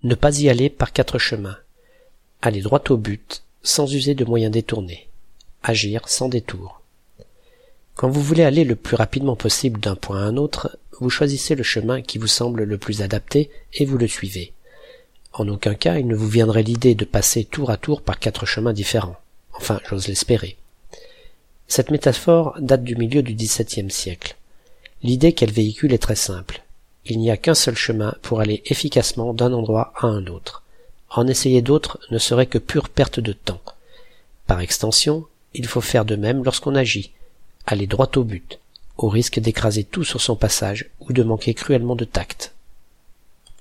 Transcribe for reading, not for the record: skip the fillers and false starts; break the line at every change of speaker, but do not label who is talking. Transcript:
Ne pas y aller par 4 chemins. Aller droit au but, sans user de moyens détournés. Agir sans détour. Quand vous voulez aller le plus rapidement possible d'un point à un autre, vous choisissez le chemin qui vous semble le plus adapté et vous le suivez. En aucun cas il ne vous viendrait l'idée de passer tour à tour par 4 chemins différents. Enfin, j'ose l'espérer. Cette métaphore date du milieu du XVIIe siècle. L'idée qu'elle véhicule est très simple. Il n'y a qu'un seul chemin pour aller efficacement d'un endroit à un autre. En essayer d'autres ne serait que pure perte de temps. Par extension, il faut faire de même lorsqu'on agit. Aller droit au but, au risque d'écraser tout sur son passage ou de manquer cruellement de tact.